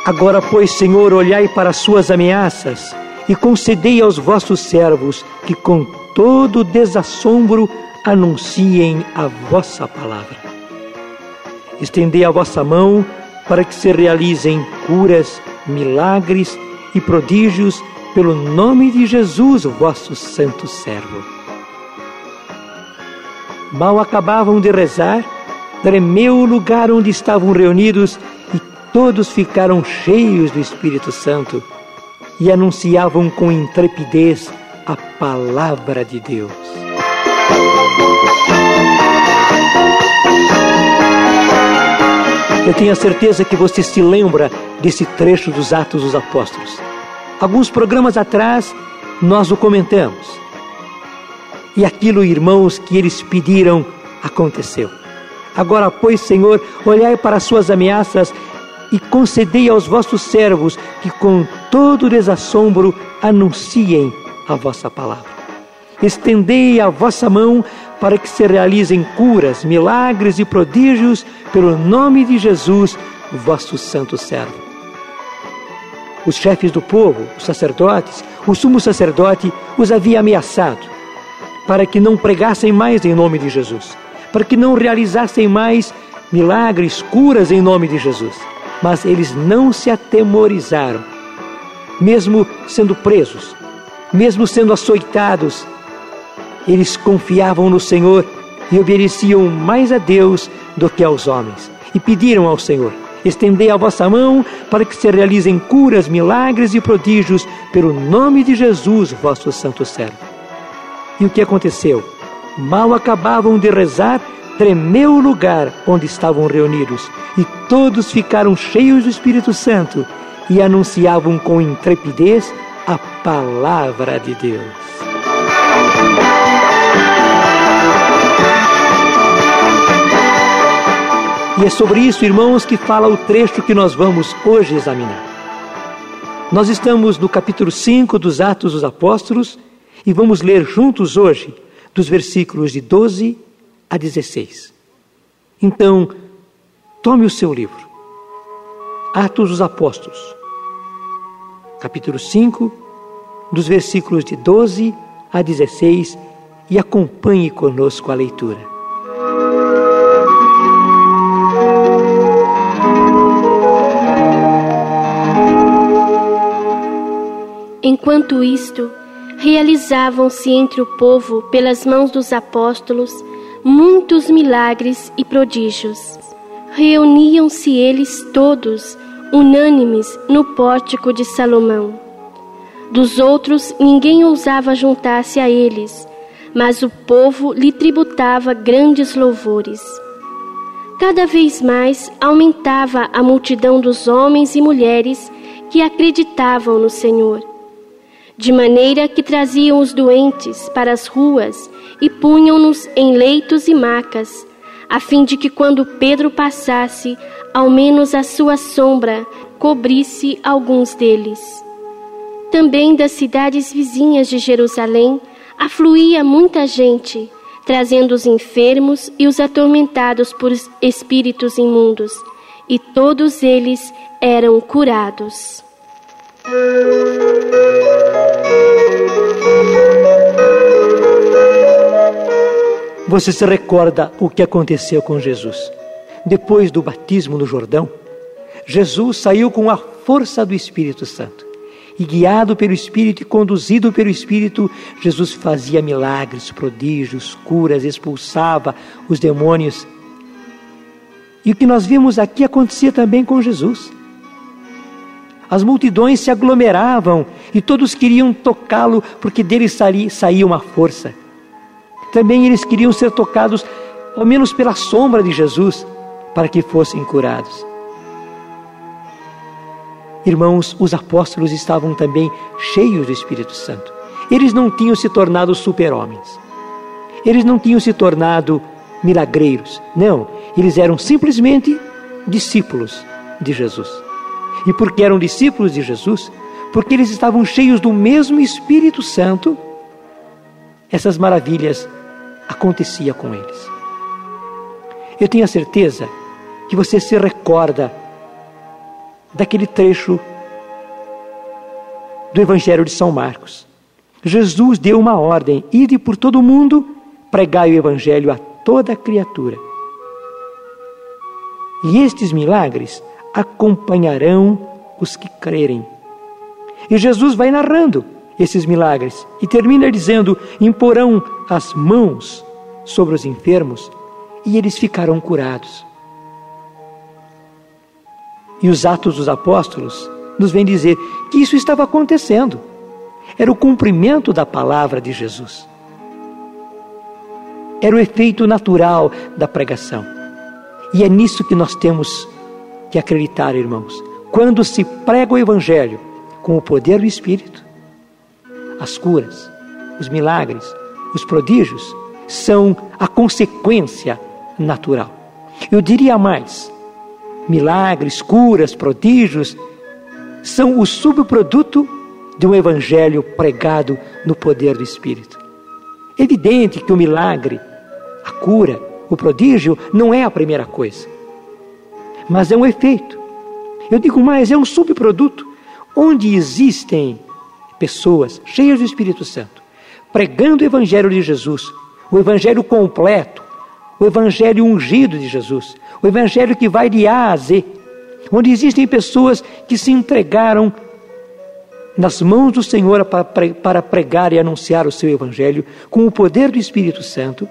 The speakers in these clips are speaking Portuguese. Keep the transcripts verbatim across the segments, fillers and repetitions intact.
Agora, pois, Senhor, olhai para as suas ameaças e concedei aos vossos servos que com todo desassombro anunciem a vossa palavra. Estendei a vossa mão para que se realizem curas, milagres e prodígios pelo nome de Jesus, vosso santo servo. Mal acabavam de rezar, tremeu o lugar onde estavam reunidos e todos ficaram cheios do Espírito Santo e anunciavam com intrepidez a palavra de Deus. Eu tenho a certeza que você se lembra desse trecho dos Atos dos Apóstolos. Alguns programas atrás nós o comentamos. E aquilo, irmãos, que eles pediram aconteceu. Agora, pois, Senhor, olhai para as suas ameaças e concedei aos vossos servos que com todo desassombro anunciem a vossa palavra. Estendei a vossa mão para que se realizem curas, milagres e prodígios pelo nome de Jesus, vosso santo servo. Os chefes do povo, os sacerdotes, o sumo sacerdote os havia ameaçado para que não pregassem mais em nome de Jesus, para que não realizassem mais milagres, curas em nome de Jesus. Mas eles não se atemorizaram, mesmo sendo presos, mesmo sendo açoitados, eles confiavam no Senhor e obedeciam mais a Deus do que aos homens. E pediram ao Senhor: estendei a vossa mão para que se realizem curas, milagres e prodígios pelo nome de Jesus, vosso santo servo. E o que aconteceu? Mal acabavam de rezar, tremeu o lugar onde estavam reunidos e todos ficaram cheios do Espírito Santo e anunciavam com intrepidez a palavra de Deus. E é sobre isso, irmãos, que fala o trecho que nós vamos hoje examinar. Nós estamos no capítulo cinco dos Atos dos Apóstolos e vamos ler juntos hoje dos versículos de doze a dezesseis. Então, tome o seu livro, Atos dos Apóstolos, capítulo cinco, dos versículos de doze a dezesseis, e acompanhe conosco a leitura. Enquanto isto, realizavam-se entre o povo, pelas mãos dos apóstolos, muitos milagres e prodígios. Reuniam-se eles todos, unânimes, no pórtico de Salomão. Dos outros, ninguém ousava juntar-se a eles, mas o povo lhe tributava grandes louvores. Cada vez mais aumentava a multidão dos homens e mulheres que acreditavam no Senhor, de maneira que traziam os doentes para as ruas e punham-nos em leitos e macas, a fim de que quando Pedro passasse, ao menos a sua sombra cobrisse alguns deles. Também das cidades vizinhas de Jerusalém afluía muita gente, trazendo os enfermos e os atormentados por espíritos imundos, e todos eles eram curados. Você se recorda o que aconteceu com Jesus? Depois do batismo no Jordão, Jesus saiu com a força do Espírito Santo. E guiado pelo Espírito e conduzido pelo Espírito, Jesus fazia milagres, prodígios, curas, expulsava os demônios. E o que nós vimos aqui acontecia também com Jesus. As multidões se aglomeravam e todos queriam tocá-lo, porque dele saía uma força. Também eles queriam ser tocados, ao menos pela sombra de Jesus, para que fossem curados. Irmãos, os apóstolos estavam também cheios do Espírito Santo. Eles não tinham se tornado super-homens. Eles não tinham se tornado milagreiros. Não, eles eram simplesmente discípulos de Jesus. E porque eram discípulos de Jesus, porque eles estavam cheios do mesmo Espírito Santo, essas maravilhas aconteciam com eles. Eu tenho a certeza que você se recorda daquele trecho do Evangelho de São Marcos. Jesus deu uma ordem: ide por todo o mundo, pregai o Evangelho a toda criatura. E estes milagres acompanharão os que crerem. E Jesus vai narrando esses milagres e termina dizendo: imporão as mãos sobre os enfermos e eles ficarão curados. E os Atos dos Apóstolos nos vêm dizer que isso estava acontecendo. Era o cumprimento da palavra de Jesus. Era o efeito natural da pregação. E é nisso que nós temos que acreditar, irmãos. Quando se prega o Evangelho com o poder do Espírito, as curas, os milagres, os prodígios são a consequência natural. Eu diria mais: milagres, curas, prodígios são o subproduto de um Evangelho pregado no poder do Espírito. É evidente que o milagre, a cura, o prodígio não é a primeira coisa, mas é um efeito. Eu digo mais, é um subproduto onde existem pessoas cheias do Espírito Santo, pregando o Evangelho de Jesus, o Evangelho completo, o Evangelho ungido de Jesus, o Evangelho que vai de A a Z, onde existem pessoas que se entregaram nas mãos do Senhor para pregar e anunciar o seu Evangelho com o poder do Espírito Santo.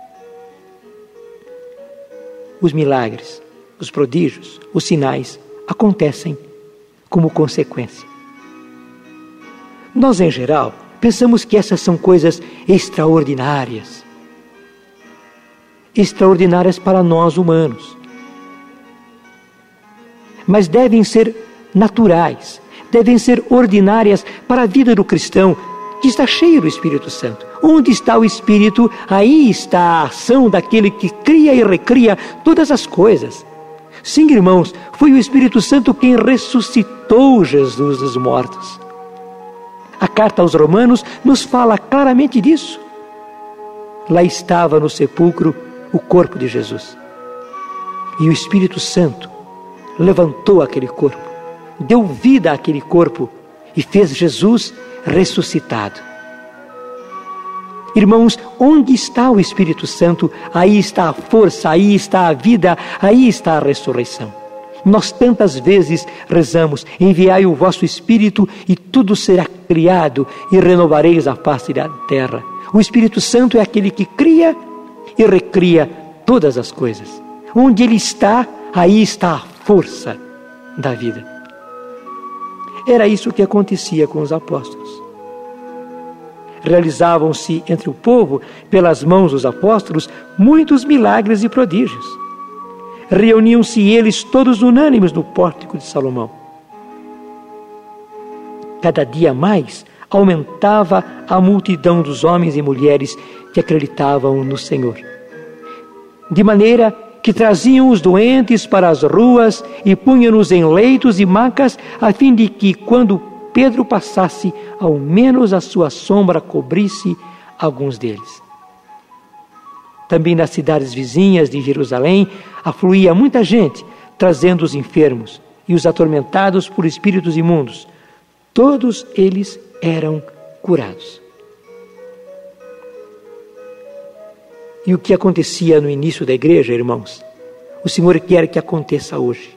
Os milagres, os prodígios, os sinais acontecem como consequência. Nós, em geral, pensamos que essas são coisas extraordinárias. Extraordinárias para nós humanos. Mas devem ser naturais, devem ser ordinárias para a vida do cristão que está cheio do Espírito Santo. Onde está o Espírito, aí está a ação daquele que cria e recria todas as coisas. Sim, irmãos, foi o Espírito Santo quem ressuscitou Jesus dos mortos. A carta aos Romanos nos fala claramente disso. Lá estava no sepulcro o corpo de Jesus. E o Espírito Santo levantou aquele corpo, deu vida àquele corpo e fez Jesus ressuscitado. Irmãos, onde está o Espírito Santo, aí está a força, aí está a vida, aí está a ressurreição. Nós tantas vezes rezamos: enviai o vosso Espírito e tudo será criado e renovareis a face da terra. O Espírito Santo é aquele que cria e recria todas as coisas. Onde Ele está, aí está a força da vida. Era isso que acontecia com os apóstolos. Realizavam-se entre o povo, pelas mãos dos apóstolos, muitos milagres e prodígios. Reuniam-se eles todos unânimes no pórtico de Salomão. Cada dia mais aumentava a multidão dos homens e mulheres que acreditavam no Senhor. De maneira que traziam os doentes para as ruas e punham-nos em leitos e macas, a fim de que, quando Pedro passasse, ao menos a sua sombra cobrisse alguns deles. Também nas cidades vizinhas de Jerusalém afluía muita gente, trazendo os enfermos e os atormentados por espíritos imundos. Todos eles eram curados. E o que acontecia no início da igreja, irmãos, o Senhor quer que aconteça hoje.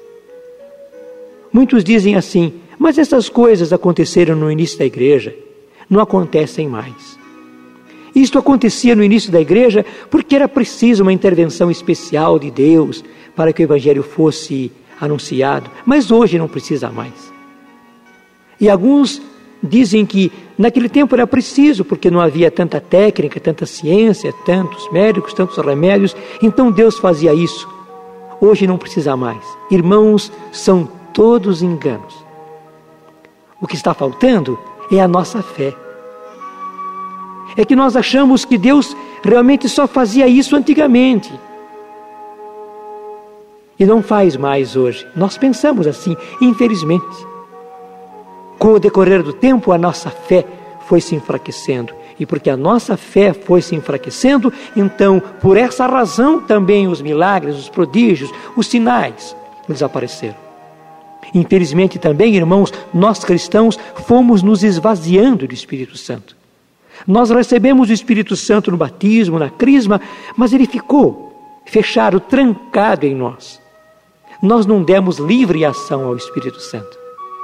Muitos dizem assim: mas essas coisas aconteceram no início da igreja, não acontecem mais. Isto acontecia no início da igreja porque era preciso uma intervenção especial de Deus para que o Evangelho fosse anunciado, mas hoje não precisa mais. E alguns dizem que naquele tempo era preciso, porque não havia tanta técnica, tanta ciência, tantos médicos, tantos remédios, então Deus fazia isso. Hoje não precisa mais. Irmãos, são todos enganos. O que está faltando é a nossa fé. É que nós achamos que Deus realmente só fazia isso antigamente. E não faz mais hoje. Nós pensamos assim, infelizmente. Com o decorrer do tempo, a nossa fé foi se enfraquecendo. E porque a nossa fé foi se enfraquecendo, então, por essa razão, também os milagres, os prodígios, os sinais desapareceram. Infelizmente também, irmãos, nós cristãos fomos nos esvaziando do Espírito Santo. Nós recebemos o Espírito Santo no batismo, na crisma, mas ele ficou fechado, trancado em nós. Nós não demos livre ação ao Espírito Santo.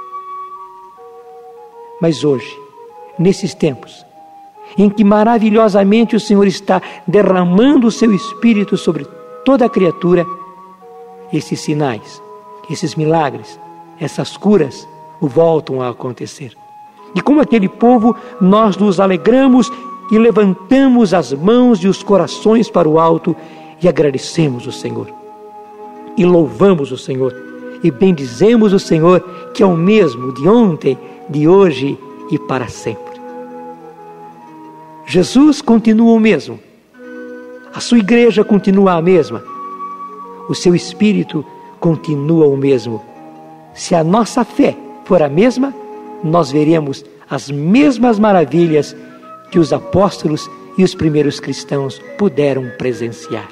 Mas hoje, nesses tempos, em que maravilhosamente o Senhor está derramando o seu Espírito sobre toda a criatura, esses sinais, esses milagres, essas curas voltam a acontecer. E como aquele povo, nós nos alegramos e levantamos as mãos e os corações para o alto e agradecemos o Senhor. E louvamos o Senhor e bendizemos o Senhor, que é o mesmo de ontem, de hoje e para sempre. Jesus continua o mesmo. A sua igreja continua a mesma. O seu Espírito continua o mesmo. Se a nossa fé for a mesma, nós veremos as mesmas maravilhas que os apóstolos e os primeiros cristãos puderam presenciar.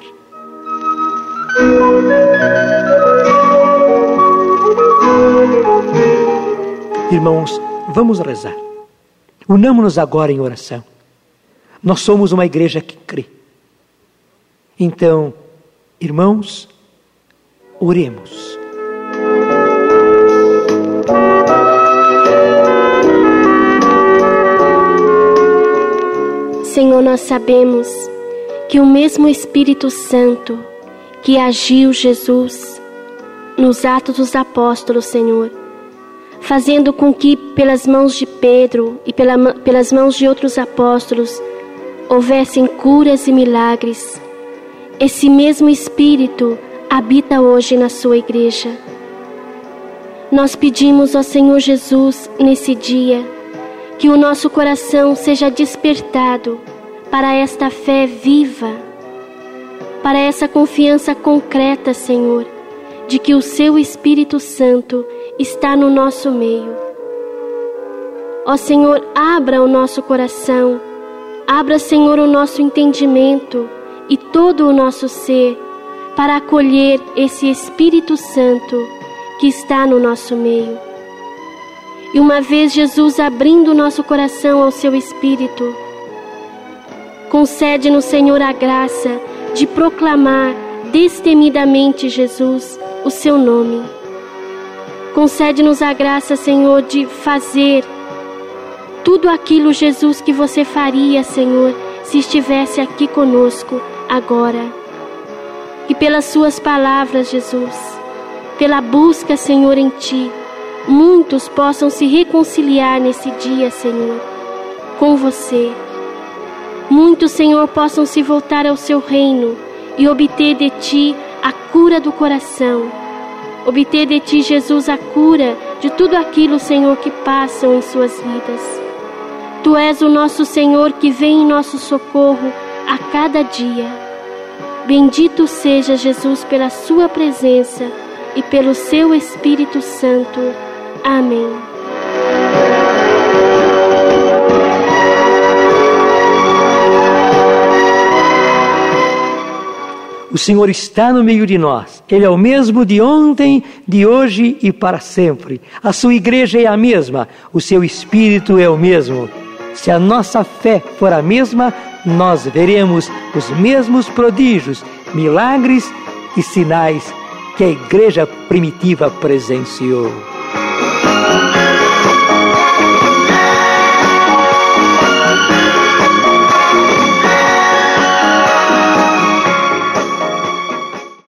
Irmãos, vamos rezar. Unamo-nos agora em oração. Nós somos uma igreja que crê. Então, irmãos, oremos. Senhor, nós sabemos que o mesmo Espírito Santo que agiu Jesus nos Atos dos Apóstolos, Senhor, fazendo com que pelas mãos de Pedro e pela, pelas mãos de outros apóstolos houvessem curas e milagres, esse mesmo Espírito habita hoje na sua igreja. Nós pedimos ao Senhor Jesus nesse dia que o nosso coração seja despertado para esta fé viva, para essa confiança concreta, Senhor, de que o Seu Espírito Santo está no nosso meio. Ó Senhor, abra o nosso coração, abra, Senhor, o nosso entendimento e todo o nosso ser para acolher esse Espírito Santo que está no nosso meio. E uma vez Jesus abrindo o nosso coração ao Seu Espírito, concede-nos, Senhor, a graça de proclamar destemidamente, Jesus, o Seu nome. Concede-nos a graça, Senhor, de fazer tudo aquilo, Jesus, que você faria, Senhor, se estivesse aqui conosco agora. E pelas Suas palavras, Jesus, pela busca, Senhor, em Ti, muitos possam se reconciliar nesse dia, Senhor, com você. Muitos, Senhor, possam se voltar ao Seu reino e obter de Ti a cura do coração. Obter de Ti, Jesus, a cura de tudo aquilo, Senhor, que passam em suas vidas. Tu és o nosso Senhor que vem em nosso socorro a cada dia. Bendito seja, Jesus, pela Sua presença e pelo Seu Espírito Santo. Amém. O Senhor está no meio de nós. Ele é o mesmo de ontem, de hoje e para sempre. A sua igreja é a mesma. O seu Espírito é o mesmo. Se a nossa fé for a mesma, nós veremos os mesmos prodígios, milagres e sinais que a igreja primitiva presenciou.